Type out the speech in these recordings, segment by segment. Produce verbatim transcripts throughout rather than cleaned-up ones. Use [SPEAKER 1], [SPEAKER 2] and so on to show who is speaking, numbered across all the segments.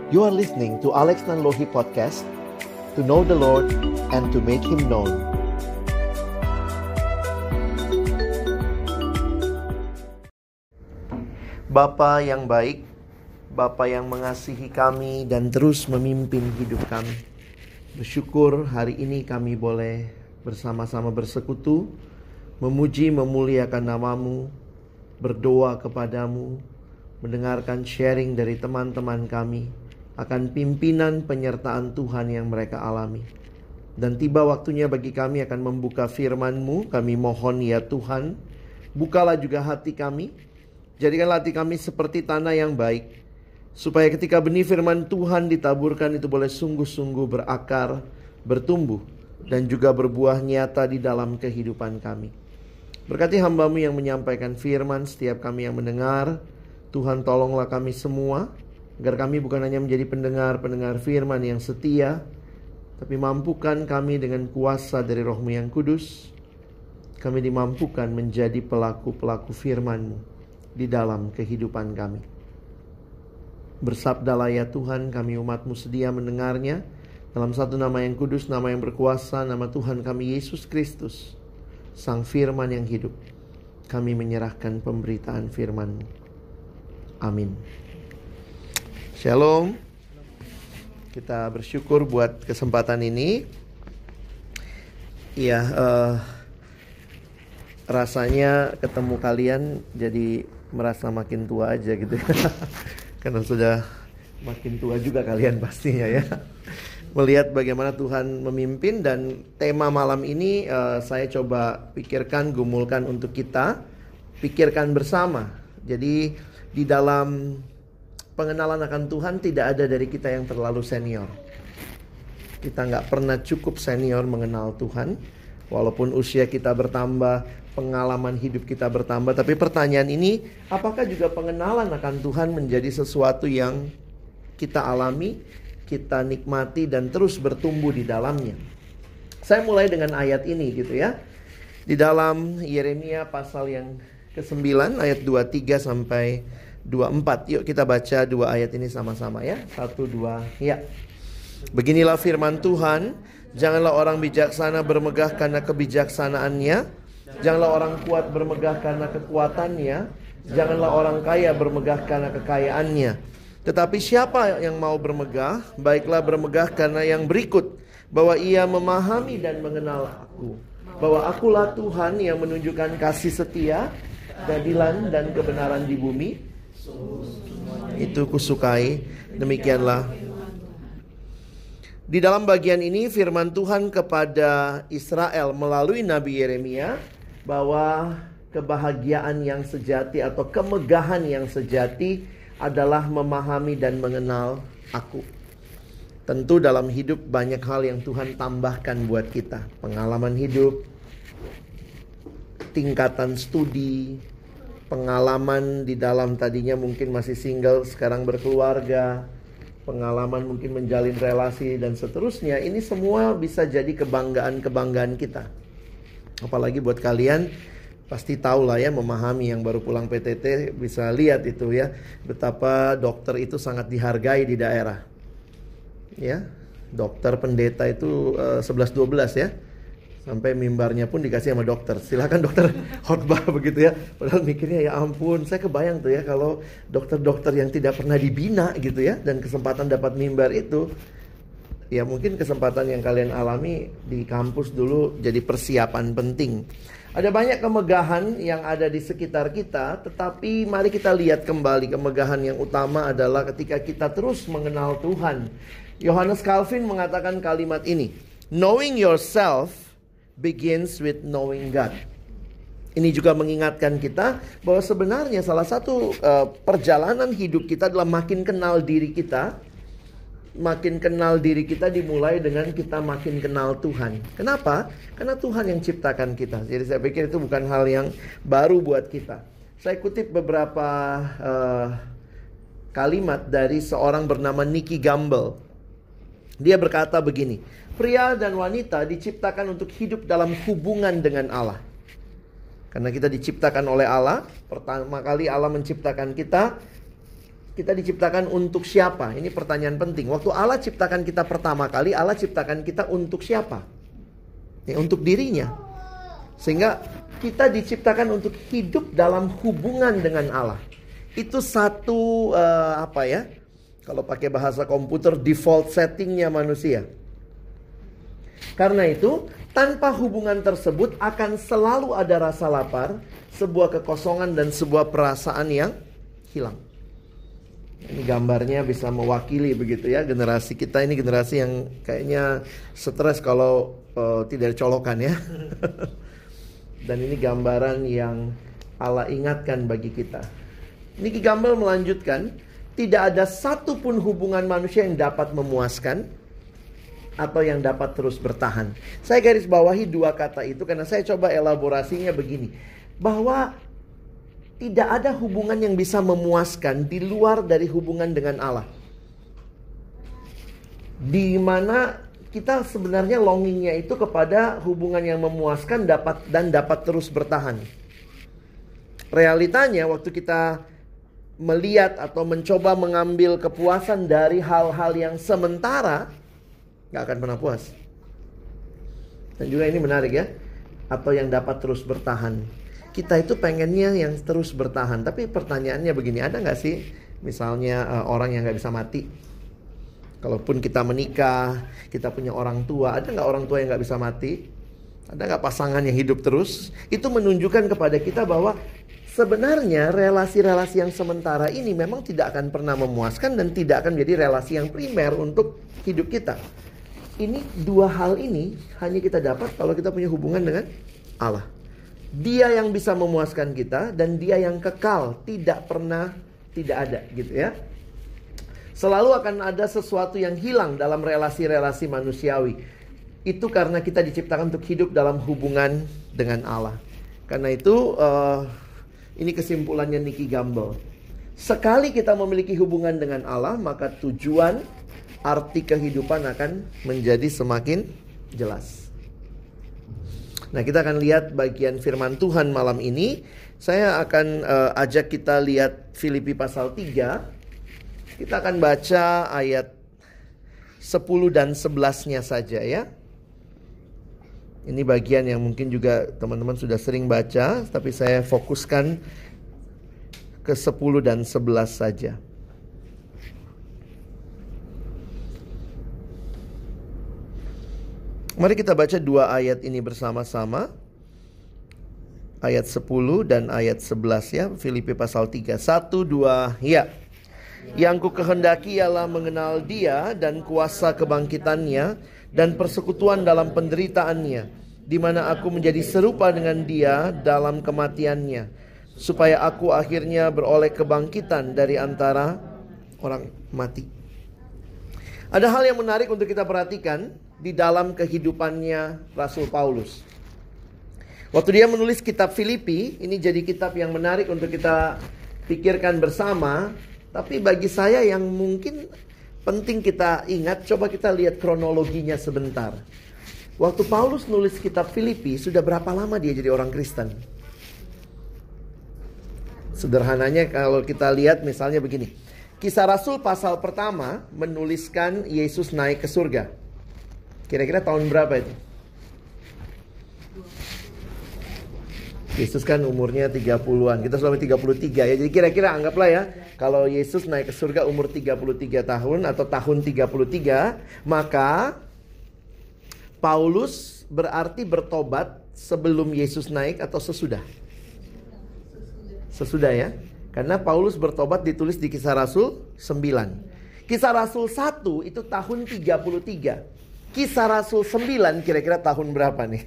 [SPEAKER 1] You are listening to Alex Nanlohi Podcast, to know the Lord and to make Him known. Bapa yang baik, Bapa yang mengasihi kami dan terus memimpin hidup kami. Bersyukur hari ini kami boleh bersama-sama bersekutu, memuji memuliakan nama-Mu, berdoa kepadamu, mendengarkan sharing dari teman-teman kami akan pimpinan penyertaan Tuhan yang mereka alami. Dan tiba waktunya bagi kami akan membuka firman-Mu. Kami mohon ya Tuhan, bukalah juga hati kami. Jadikanlah hati kami seperti tanah yang baik, supaya ketika benih firman Tuhan ditaburkan itu boleh sungguh-sungguh berakar, bertumbuh, dan juga berbuah nyata di dalam kehidupan kami. Berkati hamba-Mu yang menyampaikan firman, setiap kami yang mendengar. Tuhan tolonglah kami semua, agar kami bukan hanya menjadi pendengar-pendengar firman yang setia, tapi mampukan kami dengan kuasa dari Roh-Mu yang kudus, kami dimampukan menjadi pelaku-pelaku firman-Mu di dalam kehidupan kami. Bersabdalah ya Tuhan, kami umat-Mu sedia mendengarnya, dalam satu nama yang kudus, nama yang berkuasa, nama Tuhan kami Yesus Kristus, Sang Firman yang hidup. Kami menyerahkan pemberitaan firman-Mu. Amin. Shalom. Kita bersyukur buat kesempatan ini. Iya, uh, rasanya ketemu kalian jadi merasa makin tua aja gitu. Karena sudah makin tua juga kalian pastinya ya. Melihat bagaimana Tuhan memimpin, dan tema malam ini uh, saya coba pikirkan, gumulkan untuk kita pikirkan bersama. Jadi di dalam pengenalan akan Tuhan tidak ada dari kita yang terlalu senior. Kita gak pernah cukup senior mengenal Tuhan. Walaupun usia kita bertambah, pengalaman hidup kita bertambah. Tapi pertanyaan ini, apakah juga pengenalan akan Tuhan menjadi sesuatu yang kita alami, kita nikmati dan terus bertumbuh di dalamnya? Saya mulai dengan ayat ini gitu ya. Di dalam Yeremia pasal yang kesembilan ayat dua puluh tiga sampai dua puluh empat. Yuk kita baca dua ayat ini sama-sama ya. Satu, dua, ya. Beginilah firman Tuhan. Janganlah orang bijaksana bermegah karena kebijaksanaannya. Janganlah orang kuat bermegah karena kekuatannya. Janganlah orang kaya bermegah karena kekayaannya. Tetapi siapa yang mau bermegah, baiklah bermegah karena yang berikut, bahwa ia memahami dan mengenal aku, bahwa akulah Tuhan yang menunjukkan kasih setia, keadilan dan kebenaran di bumi. Itu kusukai. Demikianlah. Di dalam bagian ini firman Tuhan kepada Israel melalui Nabi Yeremia, bahwa kebahagiaan yang sejati atau kemegahan yang sejati adalah memahami dan mengenal aku. Tentu dalam hidup banyak hal yang Tuhan tambahkan buat kita. Pengalaman hidup, tingkatan studi, pengalaman di dalam tadinya mungkin masih single, sekarang berkeluarga, pengalaman mungkin menjalin relasi dan seterusnya. Ini semua bisa jadi kebanggaan-kebanggaan kita. Apalagi buat kalian, pasti tahu lah ya, memahami yang baru pulang P T T bisa lihat itu ya, betapa dokter itu sangat dihargai di daerah. Ya, dokter pendeta itu uh, sebelas dua belas ya. Sampai mimbarnya pun dikasih sama dokter. Silakan dokter khotbah begitu ya. Padahal mikirnya ya ampun, saya kebayang tuh ya kalau dokter-dokter yang tidak pernah dibina gitu ya, dan kesempatan dapat mimbar itu. Ya mungkin kesempatan yang kalian alami di kampus dulu jadi persiapan penting. Ada banyak kemegahan yang ada di sekitar kita, tetapi mari kita lihat kembali kemegahan yang utama adalah ketika kita terus mengenal Tuhan. Yohanes Calvin mengatakan kalimat ini, knowing yourself begins with knowing God. Ini juga mengingatkan kita bahwa sebenarnya salah satu uh, perjalanan hidup kita adalah makin kenal diri kita. Makin kenal diri kita dimulai dengan kita makin kenal Tuhan. Kenapa? Karena Tuhan yang ciptakan kita. Jadi saya pikir itu bukan hal yang baru buat kita. Saya kutip beberapa uh, kalimat dari seorang bernama Nicky Gamble. Dia berkata begini, pria dan wanita diciptakan untuk hidup dalam hubungan dengan Allah. Karena kita diciptakan oleh Allah, pertama kali Allah menciptakan kita kita diciptakan untuk siapa? Ini pertanyaan penting. Waktu Allah ciptakan kita pertama kali, Allah ciptakan kita untuk siapa? Ya, untuk dirinya. Sehingga kita diciptakan untuk hidup dalam hubungan dengan Allah. Itu satu uh, apa ya? Kalau pakai bahasa komputer, default settingnya manusia. Karena itu, tanpa hubungan tersebut akan selalu ada rasa lapar, sebuah kekosongan dan sebuah perasaan yang hilang. Ini gambarnya bisa mewakili begitu ya, generasi kita ini generasi yang kayaknya stres kalau uh, tidak dicolokan ya. Dan ini gambaran yang Allah ingatkan bagi kita. Nicky Gamble melanjutkan, tidak ada satupun hubungan manusia yang dapat memuaskan atau yang dapat terus bertahan. Saya garis bawahi dua kata itu karena saya coba elaborasinya begini, bahwa tidak ada hubungan yang bisa memuaskan di luar dari hubungan dengan Allah. Di mana kita sebenarnya longingnya itu kepada hubungan yang memuaskan dapat dan dapat terus bertahan. Realitanya waktu kita melihat atau mencoba mengambil kepuasan dari hal-hal yang sementara, gak akan pernah puas. Dan juga ini menarik ya, atau yang dapat terus bertahan. Kita itu pengennya yang terus bertahan. Tapi pertanyaannya begini, ada gak sih misalnya uh, orang yang gak bisa mati? Kalaupun kita menikah, kita punya orang tua, ada gak orang tua yang gak bisa mati? Ada gak pasangan yang hidup terus? Itu menunjukkan kepada kita bahwa sebenarnya relasi-relasi yang sementara ini memang tidak akan pernah memuaskan dan tidak akan menjadi relasi yang primer untuk hidup kita. Ini dua hal ini hanya kita dapat kalau kita punya hubungan dengan Allah. Dia yang bisa memuaskan kita dan dia yang kekal, tidak pernah tidak ada gitu ya. Selalu akan ada sesuatu yang hilang dalam relasi-relasi manusiawi. Itu karena kita diciptakan untuk hidup dalam hubungan dengan Allah. Karena itu uh, ini kesimpulannya Nicky Gamble. Sekali kita memiliki hubungan dengan Allah, maka tujuan, arti kehidupan akan menjadi semakin jelas. Nah, kita akan lihat bagian firman Tuhan malam ini. Saya akan uh, ajak kita lihat Filipi pasal tiga. Kita akan baca ayat sepuluh dan sebelas-nya saja ya. Ini bagian yang mungkin juga teman-teman sudah sering baca, tapi saya fokuskan ke sepuluh dan sebelas saja. Mari kita baca dua ayat ini bersama-sama. Ayat sepuluh dan ayat sebelas ya. Filipi pasal tiga. Satu, dua, ya. Yang ku kehendaki ialah mengenal dia dan kuasa kebangkitannya dan persekutuan dalam penderitaannya, di mana aku menjadi serupa dengan dia dalam kematiannya, supaya aku akhirnya beroleh kebangkitan dari antara orang mati. Ada hal yang menarik untuk kita perhatikan di dalam kehidupannya Rasul Paulus. Waktu dia menulis kitab Filipi, ini jadi kitab yang menarik untuk kita pikirkan bersama. Tapi bagi saya yang mungkin penting kita ingat, coba kita lihat kronologinya sebentar. Waktu Paulus nulis kitab Filipi, sudah berapa lama dia jadi orang Kristen? Sederhananya kalau kita lihat misalnya begini. Kisah Rasul pasal pertama menuliskan Yesus naik ke surga. Kira-kira tahun berapa itu? Yesus kan umurnya tiga puluhan. Kita sudah tiga puluh tiga ya. Jadi kira-kira anggaplah ya, kalau Yesus naik ke surga umur tiga puluh tiga tahun atau tahun tiga puluh tiga, maka Paulus berarti bertobat sebelum Yesus naik atau sesudah? Sesudah ya. Karena Paulus bertobat ditulis di Kisah Rasul sembilan. Kisah Rasul satu itu tahun tiga puluh tiga. Kisah Rasul sembilan kira-kira tahun berapa nih?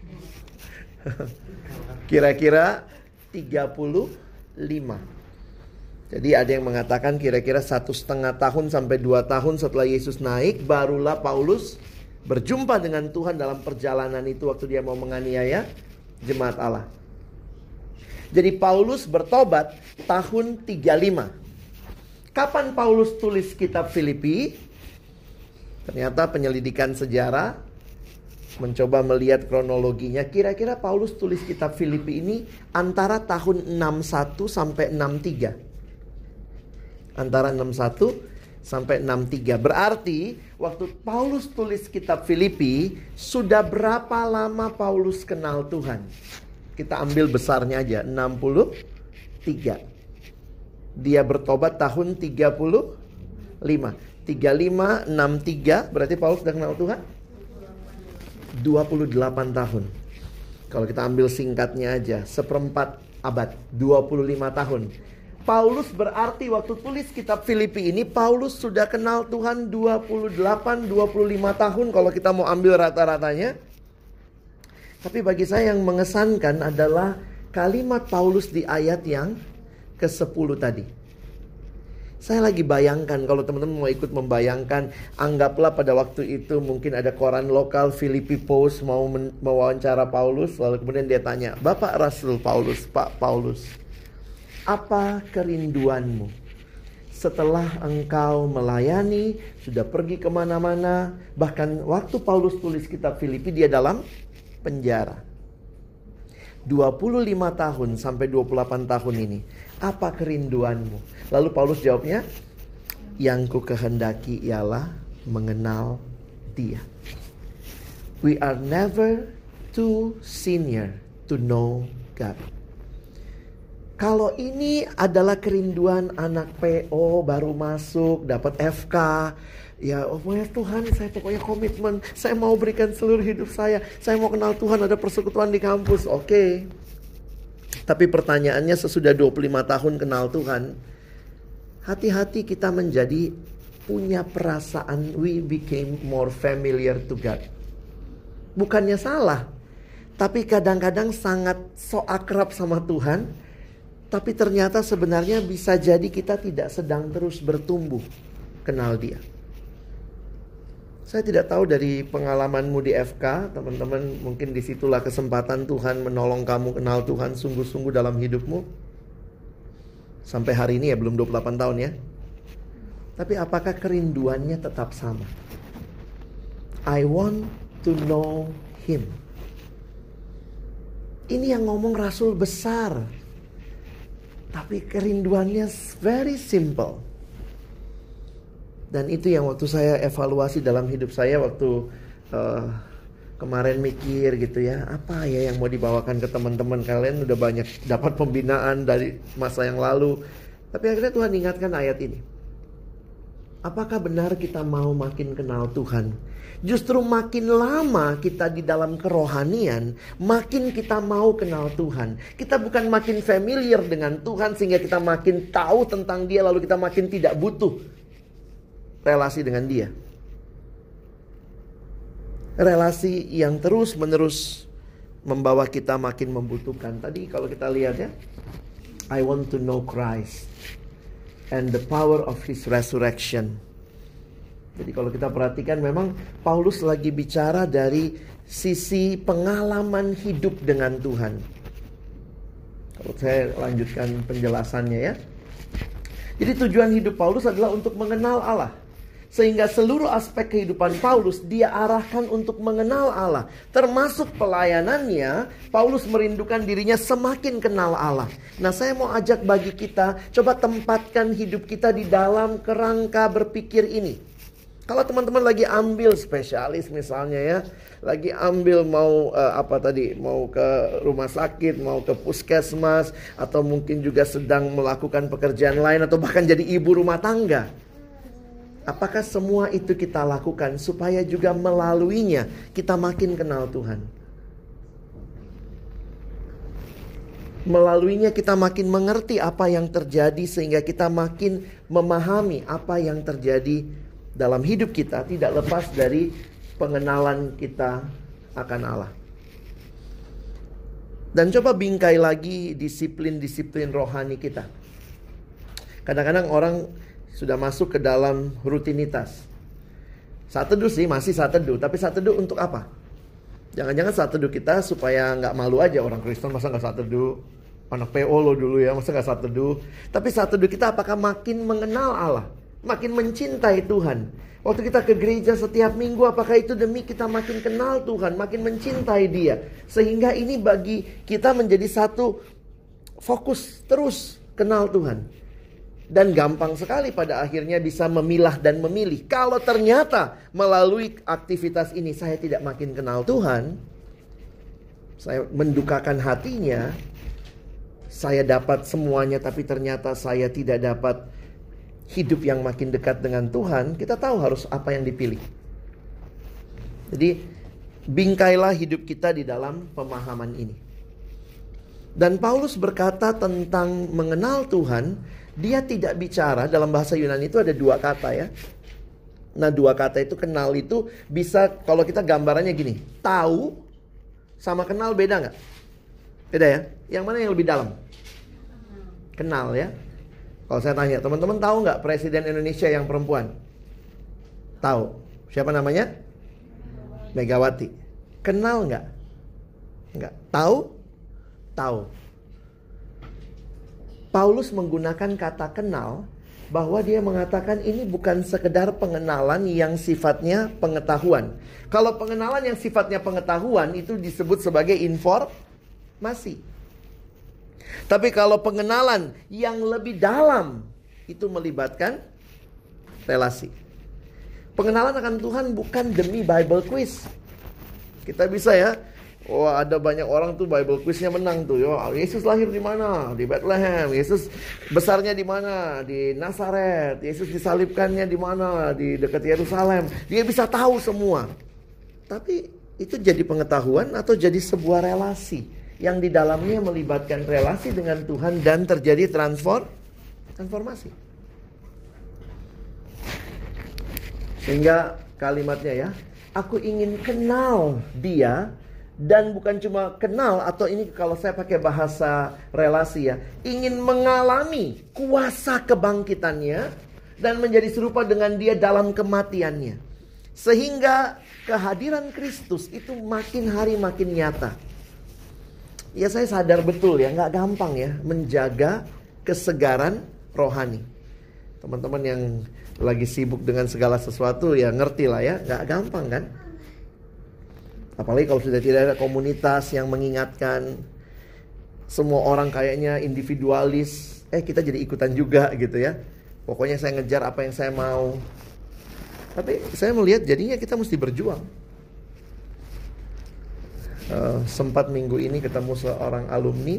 [SPEAKER 1] Kira-kira tiga puluh lima. Jadi ada yang mengatakan kira-kira satu setengah tahun sampai dua tahun setelah Yesus naik, barulah Paulus berjumpa dengan Tuhan dalam perjalanan itu waktu dia mau menganiaya jemaat Allah. Jadi Paulus bertobat tahun tiga puluh lima. Kapan Paulus tulis kitab Filipi? Ternyata penyelidikan sejarah mencoba melihat kronologinya. Kira-kira Paulus tulis kitab Filipi ini antara tahun enam puluh satu sampai enam puluh tiga. Antara enam puluh satu sampai enam puluh tiga. Berarti waktu Paulus tulis kitab Filipi, sudah berapa lama Paulus kenal Tuhan? Kita ambil besarnya aja, enam puluh tiga. Dia bertobat tahun tiga puluh lima. tiga puluh lima, enam puluh tiga, berarti Paulus sudah kenal Tuhan? dua puluh delapan tahun. Kalau kita ambil singkatnya aja, seperempat abad, dua puluh lima tahun. Paulus berarti waktu tulis kitab Filipi ini, Paulus sudah kenal Tuhan dua puluh delapan, dua puluh lima tahun kalau kita mau ambil rata-ratanya. Tapi bagi saya yang mengesankan adalah kalimat Paulus di ayat yang kesepuluh tadi. Saya lagi bayangkan, kalau teman-teman mau ikut membayangkan, anggaplah pada waktu itu mungkin ada koran lokal Filipi Post mau mewawancara Paulus, lalu kemudian dia tanya, Bapak Rasul Paulus, Pak Paulus, apa kerinduanmu setelah engkau melayani, sudah pergi kemana-mana, bahkan waktu Paulus tulis kitab Filipi dia dalam penjara dua puluh lima tahun sampai dua puluh delapan tahun ini. Apa kerinduanmu? Lalu Paulus jawabnya, yang ku kehendaki ialah mengenal Dia. We are never too senior to know God. Kalau ini adalah kerinduan anak P O baru masuk, dapat F K, ya oh ya Tuhan, saya pokoknya komitmen, saya mau berikan seluruh hidup saya, saya mau kenal Tuhan, ada persekutuan di kampus, oke. Okay. Tapi pertanyaannya sesudah dua puluh lima tahun kenal Tuhan, hati-hati kita menjadi punya perasaan we became more familiar to God. Bukannya salah, tapi kadang-kadang sangat so akrab sama Tuhan, tapi ternyata sebenarnya bisa jadi kita tidak sedang terus bertumbuh kenal Dia. Saya tidak tahu dari pengalamanmu di F K, teman-teman, mungkin disitulah kesempatan Tuhan menolong kamu kenal Tuhan sungguh-sungguh dalam hidupmu. Sampai hari ini ya, belum dua puluh delapan tahun ya. Tapi apakah kerinduannya tetap sama? I want to know Him. Ini yang ngomong rasul besar. Tapi kerinduannya very simple. Dan itu yang waktu saya evaluasi dalam hidup saya waktu uh, kemarin mikir gitu ya, apa ya yang mau dibawakan ke teman-teman kalian, udah banyak dapat pembinaan dari masa yang lalu. Tapi akhirnya Tuhan ingatkan ayat ini. Apakah benar kita mau makin kenal Tuhan? Justru makin lama kita di dalam kerohanian, makin kita mau kenal Tuhan. Kita bukan makin familiar dengan Tuhan sehingga kita makin tahu tentang Dia, lalu kita makin tidak butuh relasi dengan Dia. Relasi yang terus menerus membawa kita makin membutuhkan. Tadi kalau kita lihat ya, I want to know Christ and the power of His resurrection. Jadi kalau kita perhatikan, memang Paulus lagi bicara dari sisi pengalaman hidup dengan Tuhan. Kalau saya lanjutkan penjelasannya ya. Jadi tujuan hidup Paulus adalah untuk mengenal Allah. Sehingga seluruh aspek kehidupan Paulus dia arahkan untuk mengenal Allah. Termasuk pelayanannya, Paulus merindukan dirinya semakin kenal Allah. Nah, saya mau ajak bagi kita, coba tempatkan hidup kita di dalam kerangka berpikir ini. Kalau teman-teman lagi ambil spesialis misalnya ya, lagi ambil mau uh, apa tadi, mau ke rumah sakit, mau ke puskesmas, atau mungkin juga sedang melakukan pekerjaan lain, atau bahkan jadi ibu rumah tangga. Apakah semua itu kita lakukan supaya juga melaluinya kita makin kenal Tuhan? Melaluinya kita makin mengerti apa yang terjadi sehingga kita makin memahami apa yang terjadi dalam hidup kita, tidak lepas dari pengenalan kita akan Allah. Dan coba bingkai lagi disiplin-disiplin rohani kita. Kadang-kadang orang sudah masuk ke dalam rutinitas. Saat teduh sih masih saat teduh, tapi saat teduh untuk apa? Jangan-jangan saat teduh kita supaya nggak malu aja, orang Kristen masa nggak saat teduh, anak P O lo dulu ya masa nggak saat teduh. Tapi saat teduh kita apakah makin mengenal Allah, makin mencintai Tuhan? Waktu kita ke gereja setiap minggu, apakah itu demi kita makin kenal Tuhan, makin mencintai Dia, sehingga ini bagi kita menjadi satu fokus terus kenal Tuhan. Dan gampang sekali pada akhirnya bisa memilah dan memilih. Kalau ternyata melalui aktivitas ini saya tidak makin kenal Tuhan, saya mendukakan hatinya, saya dapat semuanya tapi ternyata saya tidak dapat hidup yang makin dekat dengan Tuhan, kita tahu harus apa yang dipilih. Jadi bingkailah hidup kita di dalam pemahaman ini. Dan Paulus berkata tentang mengenal Tuhan, dia tidak bicara, dalam bahasa Yunani itu ada dua kata ya. Nah dua kata itu, kenal itu bisa, kalau kita gambarannya gini, tahu sama kenal beda nggak? Beda ya? Yang mana yang lebih dalam? Kenal ya. Kalau saya tanya, teman-teman tahu nggak Presiden Indonesia yang perempuan? Tahu. Siapa namanya? Megawati. Kenal nggak? Nggak. Tahu? Tahu. Paulus menggunakan kata kenal, bahwa dia mengatakan ini bukan sekedar pengenalan yang sifatnya pengetahuan. Kalau pengenalan yang sifatnya pengetahuan itu disebut sebagai informasi. Tapi kalau pengenalan yang lebih dalam itu melibatkan relasi. Pengenalan akan Tuhan bukan demi Bible quiz. Kita bisa ya, oh ada banyak orang tuh Bible quiznya menang tuh. Yo, Yesus lahir di mana? Di Bethlehem. Yesus besarnya di mana? Di Nazaret. Yesus disalibkannya di mana? Di dekat Yerusalem. Dia bisa tahu semua. Tapi itu jadi pengetahuan atau jadi sebuah relasi yang di dalamnya melibatkan relasi dengan Tuhan dan terjadi transform, transformasi. Sehingga kalimatnya ya, aku ingin kenal dia. Dan bukan cuma kenal, atau ini kalau saya pakai bahasa relasi ya, ingin mengalami kuasa kebangkitannya dan menjadi serupa dengan dia dalam kematiannya. Sehingga kehadiran Kristus itu makin hari makin nyata. Ya saya sadar betul ya, gak gampang ya menjaga kesegaran rohani. Teman-teman yang lagi sibuk dengan segala sesuatu ya ngerti lah ya, gak gampang kan. Apalagi kalau sudah tidak ada komunitas yang mengingatkan. Semua orang kayaknya individualis. Eh kita jadi ikutan juga gitu ya. Pokoknya saya ngejar apa yang saya mau. Tapi saya melihat jadinya kita mesti berjuang. uh, Sempat minggu ini ketemu seorang alumni.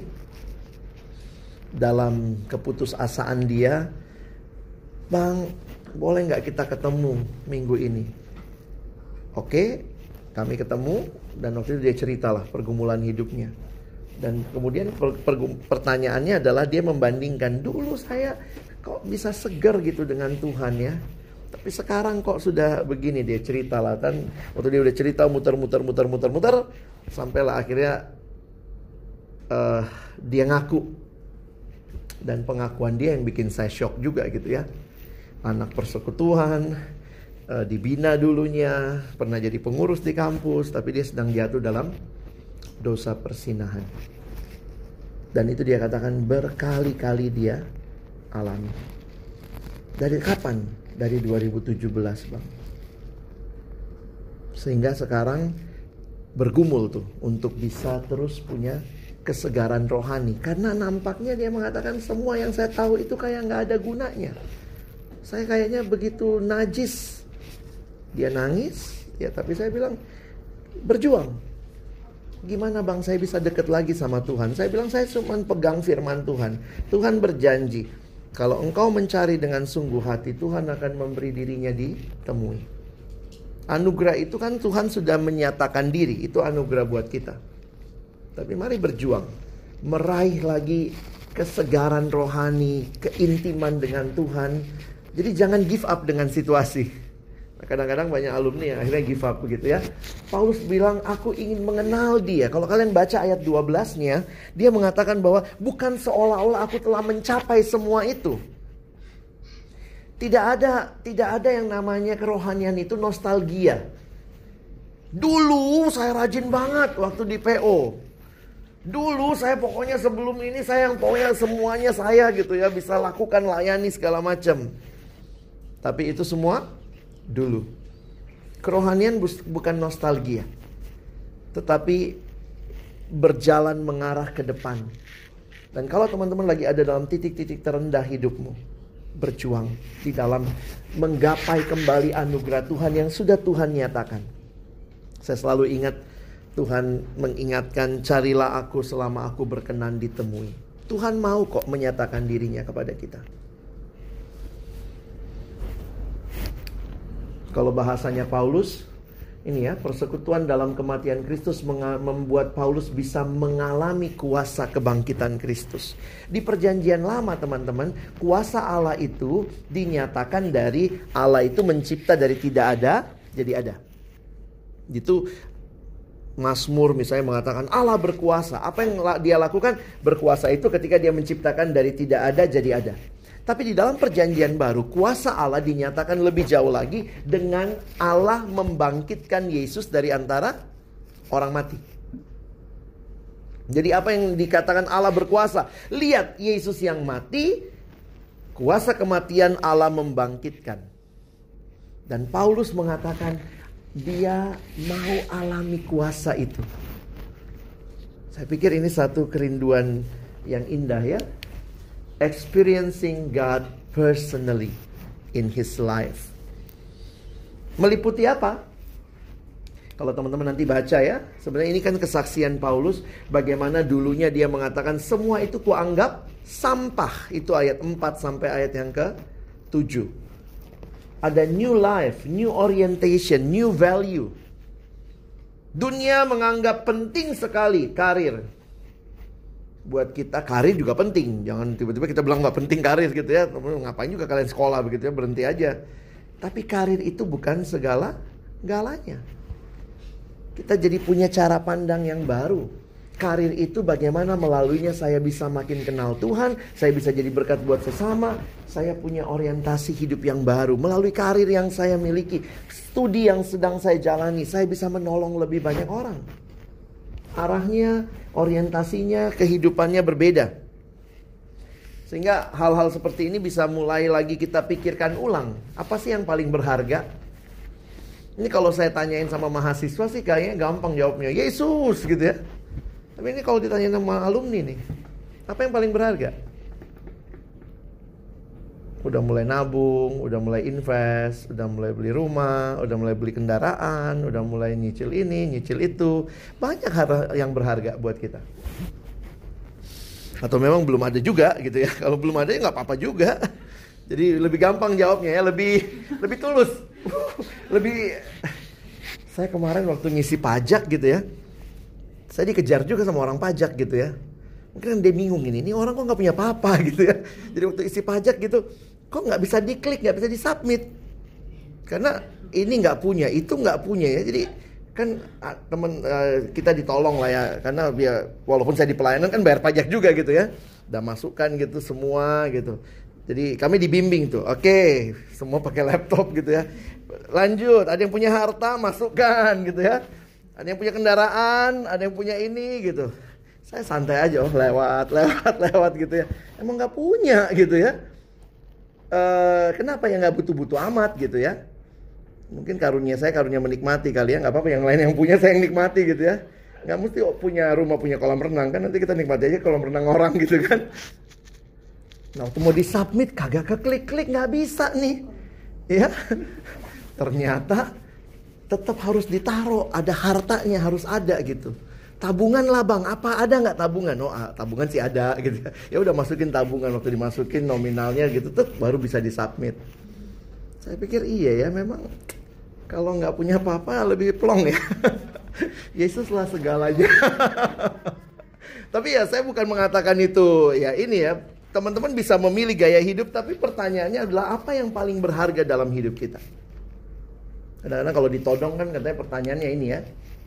[SPEAKER 1] Dalam keputusasaan dia, Bang, boleh gak kita ketemu minggu ini? Oke, kami ketemu, dan waktu itu dia ceritalah pergumulan hidupnya. Dan kemudian per, per, pertanyaannya adalah dia membandingkan, dulu saya kok bisa segar gitu dengan Tuhan ya, tapi sekarang kok sudah begini. Dia ceritalah kan, waktu dia udah cerita muter-muter muter-muter muter, sampailah akhirnya uh, dia ngaku. Dan pengakuan dia yang bikin saya shock juga gitu ya. Anak persekutuan, dibina dulunya, pernah jadi pengurus di kampus, tapi dia sedang jatuh dalam dosa persinahan. Dan itu dia katakan berkali-kali dia alami. Dari kapan? Dari dua ribu tujuh belas Bang. Sehingga sekarang bergumul tuh untuk bisa terus punya kesegaran rohani. Karena nampaknya dia mengatakan semua yang saya tahu itu kayak gak ada gunanya. Saya kayaknya begitu najis. Dia nangis, ya tapi saya bilang, berjuang. Gimana Bang saya bisa dekat lagi sama Tuhan? Saya bilang saya cuma pegang firman Tuhan. Tuhan berjanji, kalau engkau mencari dengan sungguh hati, Tuhan akan memberi dirinya ditemui. Anugerah itu kan Tuhan sudah menyatakan diri, itu anugerah buat kita. Tapi mari berjuang, meraih lagi kesegaran rohani, keintiman dengan Tuhan. Jadi jangan give up dengan situasi. Kadang-kadang banyak alumni yang akhirnya give up begitu ya. Paulus bilang aku ingin mengenal dia. Kalau kalian baca ayat dua belas-nya, dia mengatakan bahwa bukan seolah-olah aku telah mencapai semua itu. Tidak ada tidak ada yang namanya kerohanian itu nostalgia. Dulu saya rajin banget waktu di P O. Dulu saya pokoknya sebelum ini saya yang pokoknya semuanya saya gitu ya, bisa lakukan, layani segala macam. Tapi itu semua dulu. Kerohanian bukan nostalgia, tetapi berjalan mengarah ke depan. Dan kalau teman-teman lagi ada dalam titik-titik terendah hidupmu, berjuang di dalam menggapai kembali anugerah Tuhan yang sudah Tuhan nyatakan. Saya selalu ingat Tuhan mengingatkan, carilah aku selama aku berkenan ditemui. Tuhan mau kok menyatakan dirinya kepada kita. Kalau bahasanya Paulus, ini ya, persekutuan dalam kematian Kristus membuat Paulus bisa mengalami kuasa kebangkitan Kristus. Di perjanjian lama teman-teman, kuasa Allah itu dinyatakan dari Allah itu mencipta dari tidak ada jadi ada. Itu Mazmur misalnya mengatakan Allah berkuasa. Apa yang dia lakukan? Berkuasa itu ketika dia menciptakan dari tidak ada jadi ada. Tapi di dalam perjanjian baru, kuasa Allah dinyatakan lebih jauh lagi dengan Allah membangkitkan Yesus dari antara orang mati. Jadi apa yang dikatakan Allah berkuasa? Lihat Yesus yang mati, kuasa kematian Allah membangkitkan. Dan Paulus mengatakan dia mau alami kuasa itu. Saya pikir ini satu kerinduan yang indah ya. Experiencing God personally in his life. Meliputi apa? Kalau teman-teman nanti baca ya, sebenarnya ini kan kesaksian Paulus bagaimana dulunya dia mengatakan semua itu kuanggap sampah. Itu ayat empat sampai ayat yang ke tujuh. Ada new life, new orientation, new value. Dunia menganggap penting sekali karir. Buat kita karir juga penting. Jangan tiba-tiba kita bilang gak penting karir gitu ya. Ngapain juga kalian sekolah begitu ya, berhenti aja. Tapi karir itu bukan segala galanya. Kita jadi punya cara pandang yang baru. Karir itu bagaimana melaluinya saya bisa makin kenal Tuhan, saya bisa jadi berkat buat sesama, saya punya orientasi hidup yang baru. Melalui karir yang saya miliki, studi yang sedang saya jalani, saya bisa menolong lebih banyak orang. Arahnya, orientasinya, kehidupannya berbeda. Sehingga hal-hal seperti ini bisa mulai lagi kita pikirkan ulang. Apa sih yang paling berharga? Ini kalau saya tanyain sama mahasiswa sih kayaknya gampang jawabnya, Yesus gitu ya. Tapi ini kalau ditanya sama alumni nih, apa yang paling berharga? Udah mulai nabung, udah mulai invest, udah mulai beli rumah, udah mulai beli kendaraan, udah mulai nyicil ini, nyicil itu. Banyak hal yang berharga buat kita. Atau memang belum ada juga gitu ya. Kalau belum ada ya nggak apa-apa juga. Jadi lebih gampang jawabnya ya, lebih lebih tulus. Lebih. Saya kemarin waktu ngisi pajak gitu ya, saya dikejar juga sama orang pajak gitu ya. Mungkin dia bingung ini, ini orang kok nggak punya apa-apa gitu ya. Jadi waktu isi pajak gitu, kok nggak bisa diklik, nggak bisa disubmit. Karena ini nggak punya, itu nggak punya ya. Jadi kan teman uh, kita ditolong lah ya. Karena dia, walaupun saya di pelayanan kan bayar pajak juga gitu ya. Udah masukkan gitu semua gitu. Jadi kami dibimbing tuh, oke, okay, semua pakai laptop gitu ya. Lanjut, ada yang punya harta masukkan gitu ya. Ada yang punya kendaraan, ada yang punya ini gitu. Saya santai aja, oh lewat, lewat, lewat gitu ya. Emang gak punya gitu ya. E, kenapa ya gak butuh-butuh amat gitu ya. Mungkin karunia saya karunia menikmati kali ya. Gak apa-apa yang lain yang punya saya yang nikmati gitu ya. Gak mesti oh, punya rumah, punya kolam renang. Kan nanti kita nikmati aja kolam renang orang gitu kan. Nah waktu mau disubmit kagak keklik-klik, gak bisa nih. Ya, ternyata tetap harus ditaruh, ada hartanya harus ada gitu. Tabungan lah bang, apa ada nggak tabungan? Oh ah, tabungan sih ada gitu. Ya udah masukin tabungan, waktu dimasukin nominalnya gitu, tuh baru bisa disubmit. Saya pikir iya ya, memang kalau nggak punya apa-apa lebih plong ya. Yesus lah segalanya. Tapi ya saya bukan mengatakan itu ya ini ya. Teman-teman bisa memilih gaya hidup, tapi pertanyaannya adalah apa yang paling berharga dalam hidup kita? Kadang-kadang kalau ditodong kan katanya pertanyaannya ini ya.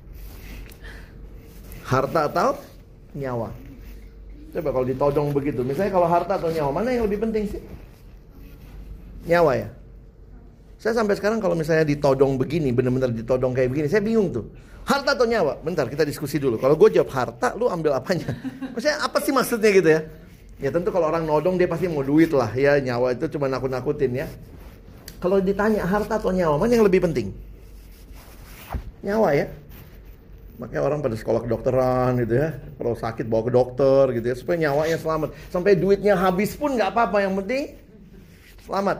[SPEAKER 1] Harta atau nyawa? Coba kalau ditodong begitu. Misalnya kalau harta atau nyawa, mana yang lebih penting sih? Nyawa ya? Saya sampai sekarang kalau misalnya ditodong begini, benar-benar ditodong kayak begini, saya bingung tuh. Harta atau nyawa? Bentar, kita diskusi dulu. Kalau gue jawab harta, lu ambil apanya? Maksudnya apa sih maksudnya gitu ya? Ya tentu kalau orang nodong dia pasti mau duit lah ya. Nyawa itu cuma nakut-nakutin ya. Kalau ditanya harta atau nyawa, mana yang lebih penting? Nyawa ya. Makanya orang pada sekolah kedokteran gitu ya. Kalau sakit bawa ke dokter gitu ya, supaya nyawanya selamat. Sampai duitnya habis pun gak apa-apa, yang penting selamat.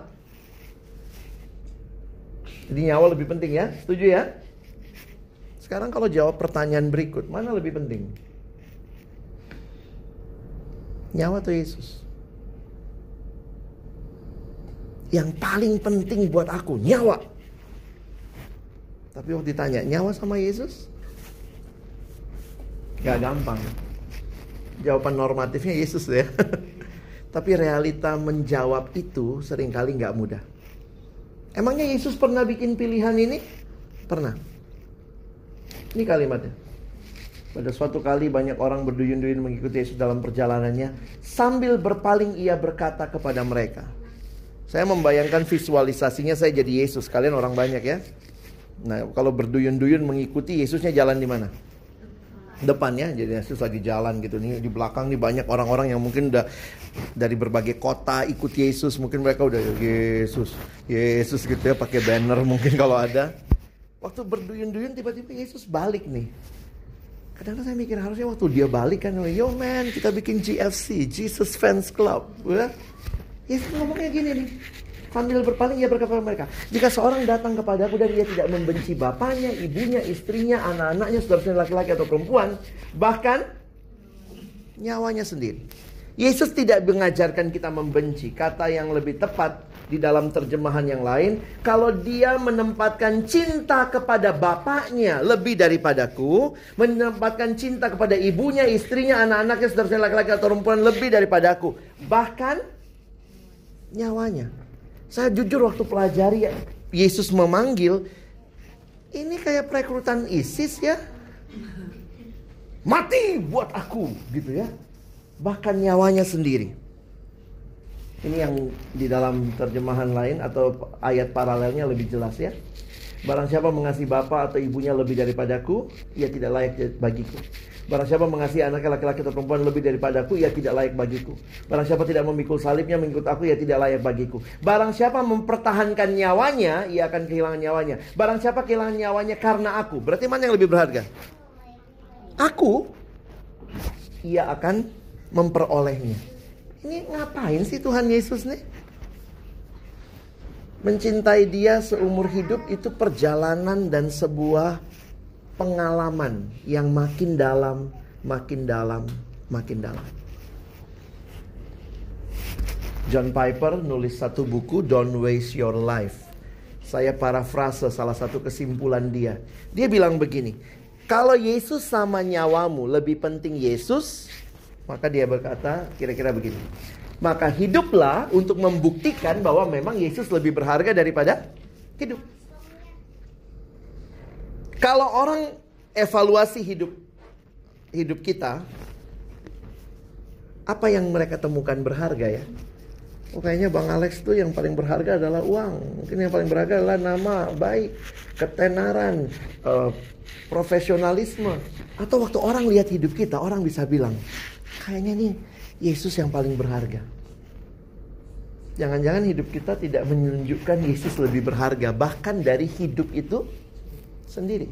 [SPEAKER 1] Jadi nyawa lebih penting ya, setuju ya? Sekarang kalau jawab pertanyaan berikut, mana lebih penting? Nyawa atau Yesus? Yang paling penting buat aku, nyawa. Tapi waktu ditanya, nyawa sama Yesus? Gak gampang. Jawaban normatifnya Yesus ya. Tapi realita menjawab itu seringkali gak mudah. Emangnya Yesus pernah bikin pilihan ini? Pernah. Ini kalimatnya. Pada suatu kali banyak orang berduyun-duyun mengikuti Yesus dalam perjalanannya. Sambil berpaling ia berkata kepada mereka. Saya membayangkan visualisasinya saya jadi Yesus. Kalian orang banyak ya. Nah kalau berduyun-duyun mengikuti, Yesusnya jalan di mana? Depan ya. Jadi Yesus lagi jalan gitu nih. Di belakang nih banyak orang-orang yang mungkin udah dari berbagai kota ikut Yesus. Mungkin mereka udah Yesus, Yesus gitu ya, pakai banner mungkin kalau ada. Waktu berduyun-duyun tiba-tiba Yesus balik nih. Kadang-kadang saya mikir harusnya waktu dia balik kan, yo man, kita bikin G F C, Jesus Fans Club. Udah. Yesus ngomongnya gini nih. Sambil berpaling ia berkata kepada mereka, jika seorang datang kepadaku dan dia tidak membenci bapaknya, ibunya, istrinya, anak-anaknya, saudara-saudara laki-laki atau perempuan, bahkan nyawanya sendiri. Yesus tidak mengajarkan kita membenci. Kata yang lebih tepat di dalam terjemahan yang lain, kalau dia menempatkan cinta kepada bapaknya lebih daripadaku, menempatkan cinta kepada ibunya, istrinya, anak-anaknya, saudara-saudara laki-laki atau perempuan lebih daripadaku, bahkan nyawanya. Saya jujur waktu pelajari Yesus memanggil, ini kayak perekrutan ISIS ya. Mati buat aku gitu ya. Bahkan nyawanya sendiri. Ini yang di dalam terjemahan lain atau ayat paralelnya lebih jelas ya. Barang siapa mengasihi bapa atau ibunya lebih daripadaku, ia tidak layak bagiku. Barang siapa mengasihi anaknya laki-laki atau perempuan lebih daripadaku, ia tidak layak bagiku. Barang siapa tidak memikul salibnya mengikut aku, ia tidak layak bagiku. Barang siapa mempertahankan nyawanya, ia akan kehilangan nyawanya. Barang siapa kehilangan nyawanya karena aku, berarti mana yang lebih berharga? Aku, ia akan memperolehnya. Ini ngapain sih Tuhan Yesus nih? Mencintai dia seumur hidup itu perjalanan dan sebuah pengalaman yang makin dalam, makin dalam, makin dalam. John Piper nulis satu buku, Don't Waste Your Life. Saya parafrase salah satu kesimpulan dia. Dia bilang begini, kalau Yesus sama nyawamu lebih penting Yesus, maka dia berkata kira-kira begini, maka hiduplah untuk membuktikan bahwa memang Yesus lebih berharga daripada hidup. Kalau orang evaluasi hidup hidup kita, apa yang mereka temukan berharga ya? Oh, kayaknya Bang Alex tuh yang paling berharga adalah uang. Mungkin yang paling berharga adalah nama baik, ketenaran, uh, profesionalisme. Atau waktu orang lihat hidup kita, orang bisa bilang, kayaknya nih Yesus yang paling berharga. Jangan-jangan hidup kita tidak menunjukkan Yesus lebih berharga, bahkan dari hidup itu sendiri.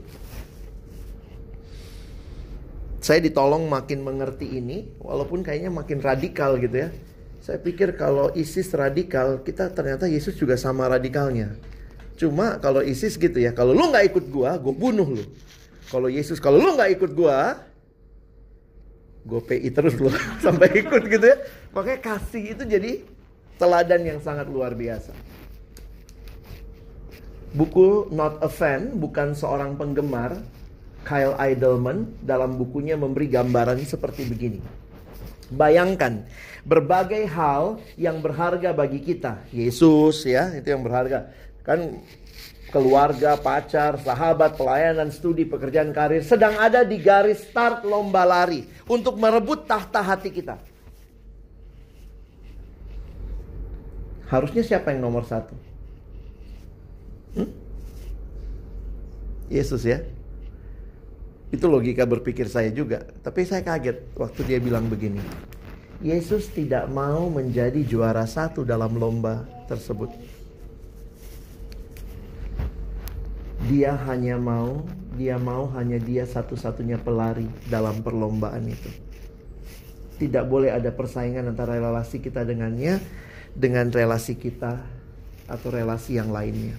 [SPEAKER 1] Saya ditolong makin mengerti ini, walaupun kayaknya makin radikal gitu ya. Saya pikir kalau ISIS radikal, kita ternyata Yesus juga sama radikalnya. Cuma kalau ISIS gitu ya, kalau lu gak ikut gua, gua bunuh lu. Kalau Yesus, kalau lu gak ikut gua, gue P I terus lu sampai ikut gitu ya. Makanya kasih itu jadi teladan yang sangat luar biasa. Buku Not a Fan, bukan seorang penggemar, Kyle Idleman dalam bukunya memberi gambaran seperti begini. Bayangkan berbagai hal yang berharga bagi kita. Yesus ya, itu yang berharga. Kan keluarga, pacar, sahabat, pelayanan, studi, pekerjaan, karir sedang ada di garis start lomba lari untuk merebut tahta hati kita. Harusnya siapa yang nomor satu? Hmm? Yesus ya. Itu logika berpikir saya juga. Tapi saya kaget waktu dia bilang begini. Yesus tidak mau menjadi juara satu dalam lomba tersebut. Dia hanya mau, dia mau hanya dia satu-satunya pelari dalam perlombaan itu. Tidak boleh ada persaingan antara relasi kita dengannya. dengan relasi kita atau relasi yang lainnya.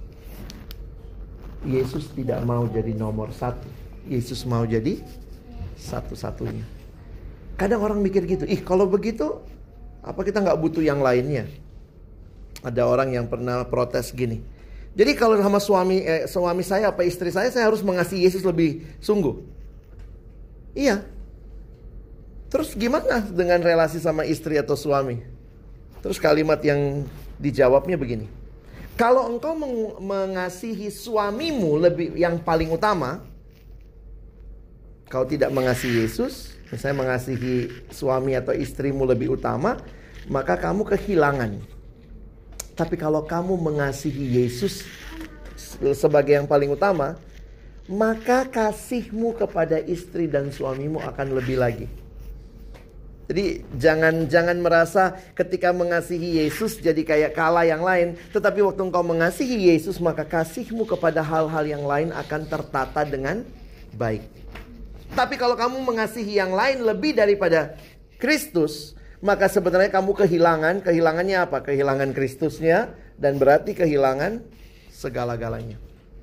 [SPEAKER 1] Yesus tidak mau jadi nomor satu. Yesus mau jadi satu-satunya. Kadang orang mikir gitu, ih kalau begitu apa kita nggak butuh yang lainnya? Ada orang yang pernah protes gini, jadi kalau sama suami eh, suami saya apa istri saya, saya harus mengasihi Yesus lebih sungguh. Iya. Terus gimana dengan relasi sama istri atau suami? Terus kalimat yang dijawabnya begini, kalau engkau meng- mengasihi suamimu lebih yang paling utama, kau tidak mengasihi Yesus, misalnya mengasihi suami atau istrimu lebih utama, maka kamu kehilangan. Tapi kalau kamu mengasihi Yesus sebagai yang paling utama, maka kasihmu kepada istri dan suamimu akan lebih lagi. Jadi jangan jangan merasa ketika mengasihi Yesus jadi kayak kalah yang lain. Tetapi waktu engkau mengasihi Yesus, maka kasihmu kepada hal-hal yang lain akan tertata dengan baik. Tapi kalau kamu mengasihi yang lain lebih daripada Kristus, maka sebenarnya kamu kehilangan. Kehilangannya apa? Kehilangan Kristusnya, dan berarti kehilangan segala-galanya.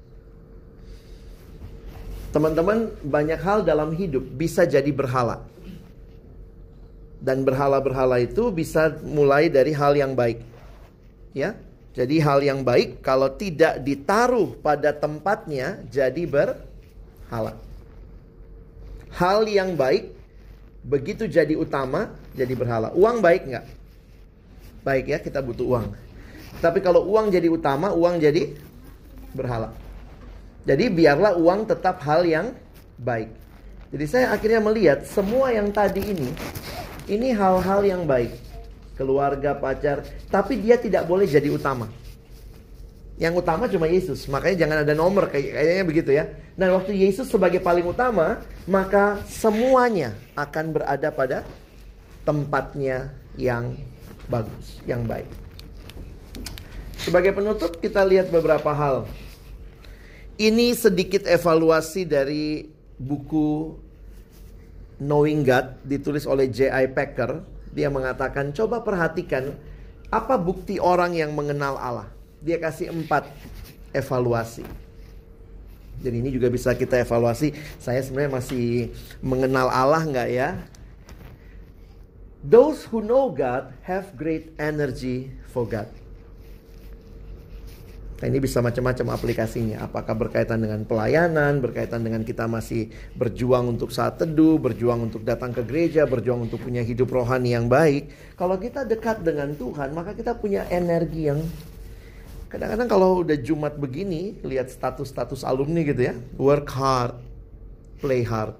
[SPEAKER 1] Teman-teman, banyak hal dalam hidup bisa jadi berhala. Dan berhala-berhala itu bisa mulai dari hal yang baik. Ya, jadi hal yang baik kalau tidak ditaruh pada tempatnya jadi berhala. Hal yang baik begitu jadi utama, jadi berhala. Uang baik nggak? Baik ya, kita butuh uang. Tapi kalau uang jadi utama, uang jadi berhala. Jadi biarlah uang tetap hal yang baik. Jadi saya akhirnya melihat semua yang tadi ini, ini hal-hal yang baik. Keluarga, pacar, tapi dia tidak boleh jadi utama. Yang utama cuma Yesus. Makanya jangan ada nomor, kayaknya begitu ya. Dan waktu Yesus sebagai paling utama, maka semuanya akan berada pada tempatnya yang bagus, yang baik. Sebagai penutup kita lihat beberapa hal. Ini sedikit evaluasi dari buku Knowing God, ditulis oleh J I Packer. Dia mengatakan, coba perhatikan apa bukti orang yang mengenal Allah. Dia kasih empat evaluasi. Jadi ini juga bisa kita evaluasi, saya sebenarnya masih mengenal Allah nggak ya? Those who know God have great energy for God. Nah, ini bisa macam-macam aplikasinya. Apakah berkaitan dengan pelayanan, berkaitan dengan kita masih berjuang untuk saat teduh, berjuang untuk datang ke gereja, berjuang untuk punya hidup rohani yang baik. Kalau kita dekat dengan Tuhan, maka kita punya energi yang... Kadang-kadang kalau udah Jumat begini, lihat status-status alumni gitu ya, work hard, play hard.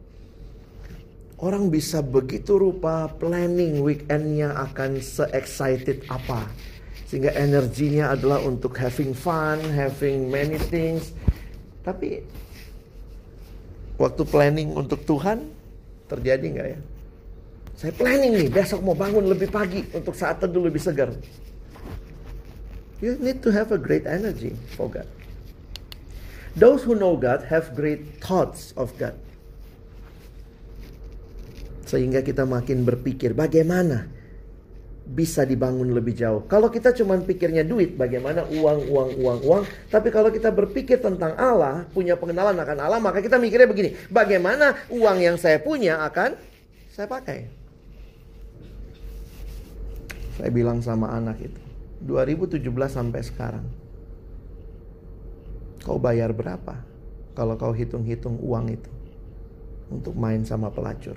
[SPEAKER 1] Orang bisa begitu rupa planning weekendnya akan se-excited apa. Sehingga energinya adalah untuk having fun, having many things. Tapi waktu planning untuk Tuhan, terjadi nggak ya? Saya planning nih, besok mau bangun lebih pagi untuk saat teduh lebih segar. You need to have a great energy for God. Those who know God have great thoughts of God. Sehingga kita makin berpikir bagaimana bisa dibangun lebih jauh. Kalau kita cuma pikirnya duit, bagaimana uang, uang, uang, uang. Tapi kalau kita berpikir tentang Allah, punya pengenalan akan Allah, maka kita mikirnya begini, bagaimana uang yang saya punya akan saya pakai. Saya bilang sama anak itu, dua ribu tujuh belas sampai sekarang, kau bayar berapa kalau kau hitung-hitung uang itu untuk main sama pelacur?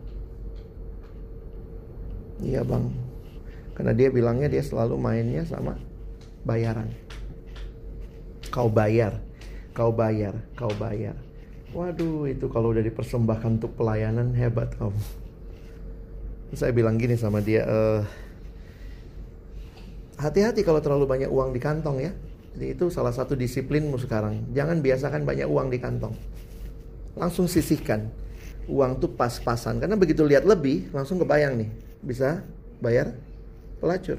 [SPEAKER 1] Iya bang, karena dia bilangnya dia selalu mainnya sama bayaran. Kau bayar, kau bayar, kau bayar. Waduh, itu kalau udah dipersembahkan untuk pelayanan hebat kamu. Saya bilang gini sama dia, eh hati-hati kalau terlalu banyak uang di kantong ya. Jadi itu salah satu disiplinmu sekarang. Jangan biasakan banyak uang di kantong. Langsung sisihkan. Uang tuh pas-pasan. Karena begitu lihat lebih, langsung kebayang nih. Bisa bayar pelacur.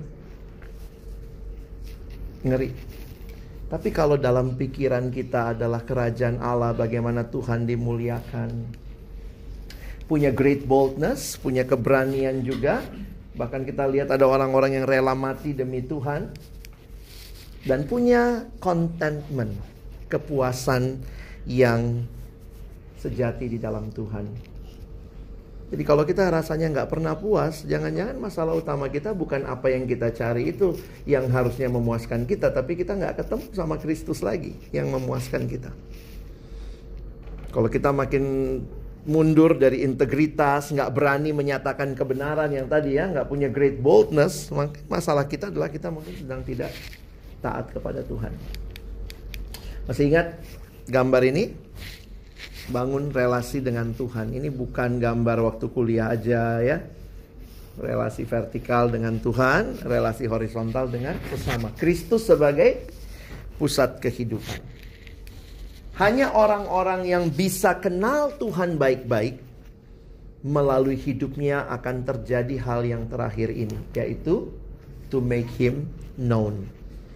[SPEAKER 1] Ngeri. Tapi kalau dalam pikiran kita adalah kerajaan Allah, bagaimana Tuhan dimuliakan, punya great boldness, punya keberanian juga, Bahkan kita lihat ada orang-orang yang rela mati demi Tuhan dan punya contentment, kepuasan yang sejati di dalam Tuhan. Jadi kalau kita rasanya nggak pernah puas, jangan-jangan masalah utama kita bukan apa yang kita cari itu yang harusnya memuaskan kita, tapi kita nggak ketemu sama Kristus lagi yang memuaskan kita. Kalau kita makin mundur dari integritas, nggak berani menyatakan kebenaran yang tadi ya, nggak punya great boldness, masalah kita adalah kita mungkin sedang tidak taat kepada Tuhan. Masih ingat gambar ini? Bangun relasi dengan Tuhan. Ini bukan gambar waktu kuliah aja ya. Relasi vertikal dengan Tuhan, relasi horizontal dengan sesama. Kristus sebagai pusat kehidupan. Hanya orang-orang yang bisa kenal Tuhan baik-baik, melalui hidupnya akan terjadi hal yang terakhir ini, yaitu to make him known.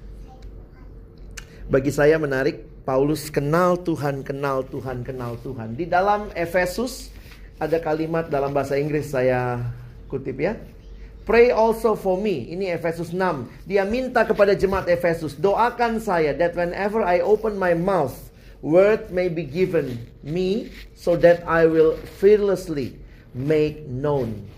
[SPEAKER 1] Bagi saya menarik, Paulus kenal Tuhan, kenal Tuhan, kenal Tuhan. Di dalam Efesus ada kalimat dalam bahasa Inggris, saya kutip ya. Pray also for me. Ini Efesus enam. Dia minta kepada jemaat Efesus, doakan saya that whenever I open my mouth, word may be given me so that I will fearlessly make known.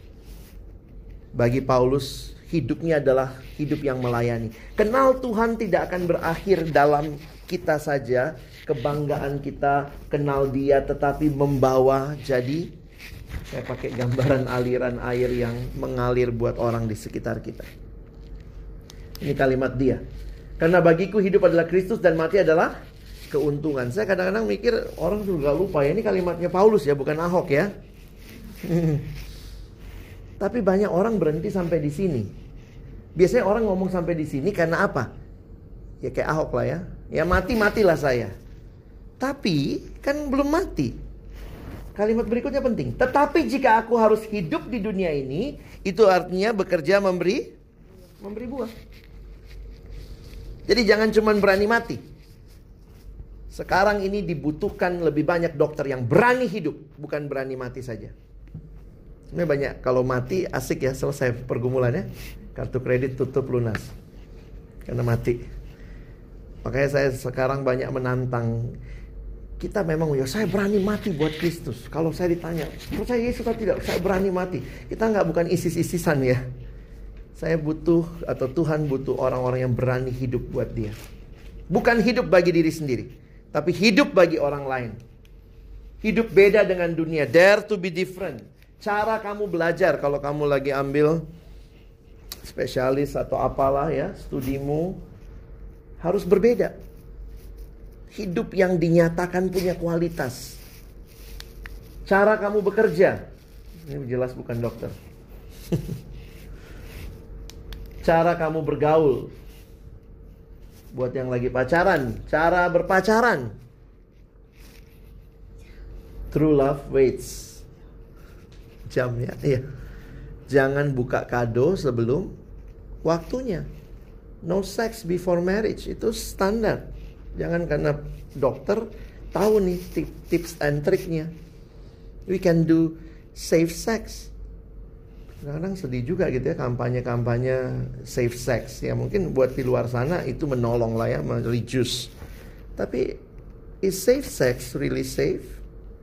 [SPEAKER 1] Bagi Paulus, hidupnya adalah hidup yang melayani. Kenal Tuhan tidak akan berakhir dalam kita saja, kebanggaan kita kenal Dia, tetapi membawa jadi, saya pakai gambaran aliran air yang mengalir buat orang di sekitar kita. Ini kalimat dia. Karena bagiku hidup adalah Kristus dan mati adalah keuntungan. Saya kadang-kadang mikir orang juga lupa ya, ini kalimatnya Paulus ya, bukan Ahok ya. Tapi banyak orang berhenti sampai di sini. Biasanya orang ngomong sampai di sini karena apa? Ya kayak Ahok lah ya. Ya mati-matilah saya. Tapi kan belum mati. Kalimat berikutnya penting. Tetapi jika aku harus hidup di dunia ini, itu artinya bekerja memberi memberi buah. Jadi jangan cuma berani mati. Sekarang ini dibutuhkan lebih banyak dokter yang berani hidup, bukan berani mati saja. Ini banyak, kalau mati asik ya, selesai pergumulannya. Kartu kredit tutup lunas. Karena mati. Makanya saya sekarang banyak menantang. Kita memang, ya saya berani mati buat Kristus. Kalau saya ditanya, percaya Yesus atau tidak? Saya berani mati. Kita nggak bukan isis-isisan ya. Saya butuh, atau Tuhan butuh orang-orang yang berani hidup buat Dia. Bukan hidup bagi diri sendiri, tapi hidup bagi orang lain. Hidup beda dengan dunia. Dare to be different. Cara kamu belajar kalau kamu lagi ambil spesialis atau apalah ya, studimu harus berbeda. Hidup yang dinyatakan punya kualitas. Cara kamu bekerja, ini jelas bukan dokter. Cara kamu bergaul, buat yang lagi pacaran, cara berpacaran. True love waits. Jam ya, iya. Jangan buka kado sebelum waktunya. No sex before marriage, itu standar. Jangan karena dokter tahu nih tips and triknya. We can do safe sex. Kadang-kadang sedih juga gitu ya, kampanye-kampanye safe sex. Ya mungkin buat di luar sana itu menolong lah ya, reduce. Tapi is safe sex really safe?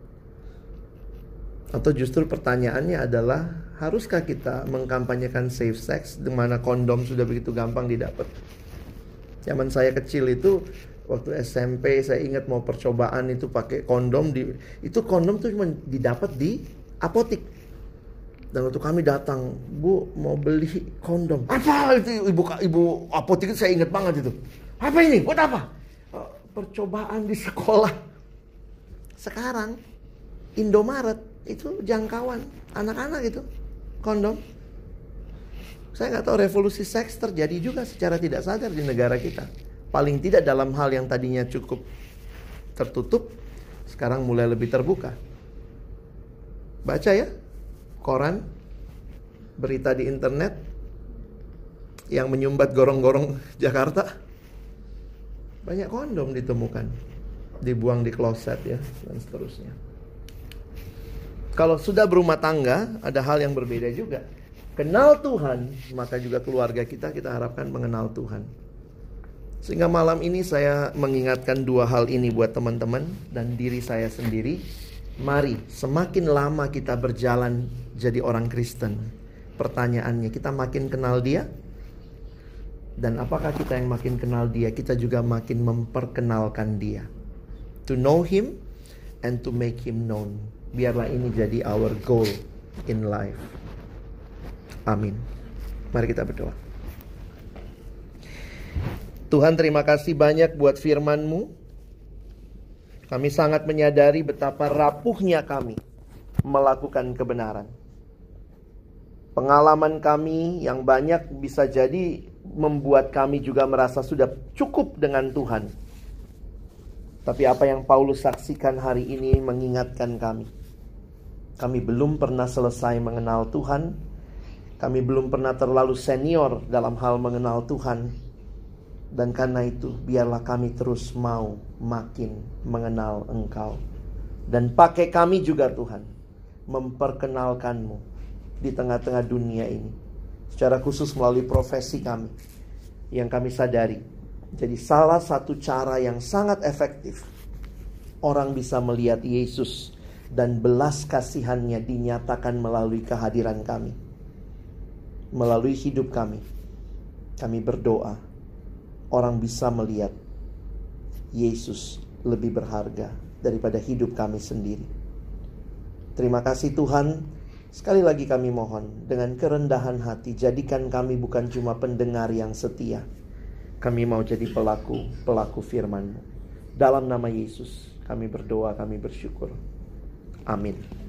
[SPEAKER 1] Atau justru pertanyaannya adalah, haruskah kita mengkampanyekan safe sex di mana kondom sudah begitu gampang didapat? Zaman saya kecil itu, waktu S M P saya ingat mau percobaan itu pakai kondom di, itu kondom tuh cuma didapat di apotik. Dan waktu kami datang, Bu mau beli kondom. Apa itu ibu ibu apotik itu, saya ingat banget itu. Apa ini? Buat apa? Percobaan di sekolah. Sekarang Indomaret itu jangkauan anak-anak itu kondom. Saya nggak tahu, revolusi seks terjadi juga secara tidak sadar di negara kita. Paling tidak dalam hal yang tadinya cukup tertutup, sekarang mulai lebih terbuka. Baca ya koran, berita di internet yang menyumbat gorong-gorong Jakarta. Banyak kondom ditemukan, dibuang di kloset ya, dan seterusnya. Kalau sudah berumah tangga, ada hal yang berbeda juga. kenal Tuhan, maka juga keluarga kita kita harapkan mengenal Tuhan. Sehingga malam ini saya mengingatkan dua hal ini buat teman-teman dan diri saya sendiri. Mari, semakin lama kita berjalan jadi orang Kristen, pertanyaannya, kita makin kenal Dia? Dan apakah kita yang makin kenal Dia, kita juga makin memperkenalkan Dia? To know Him and to make Him known. Biarlah ini jadi our goal in life. Amin. Mari kita berdoa. Tuhan, terima kasih banyak buat firman-Mu. Kami sangat menyadari betapa rapuhnya kami melakukan kebenaran. Pengalaman kami yang banyak bisa jadi membuat kami juga merasa sudah cukup dengan Tuhan. Tapi apa yang Paulus saksikan hari ini mengingatkan kami. Kami belum pernah selesai mengenal Tuhan. Kami belum pernah terlalu senior dalam hal mengenal Tuhan. Dan karena itu, biarlah kami terus mau makin mengenal Engkau. Dan pakai kami juga Tuhan, memperkenalkan-Mu di tengah-tengah dunia ini. Secara khusus melalui profesi kami, yang kami sadari. Jadi salah satu cara yang sangat efektif, orang bisa melihat Yesus dan belas kasihannya dinyatakan melalui kehadiran kami. Melalui hidup kami, kami berdoa, orang bisa melihat Yesus lebih berharga daripada hidup kami sendiri. Terima kasih Tuhan. Sekali lagi kami mohon, dengan kerendahan hati, jadikan kami bukan cuma pendengar yang setia. Kami mau jadi pelaku-pelaku firman-Mu. Dalam nama Yesus kami berdoa, kami bersyukur. Amin.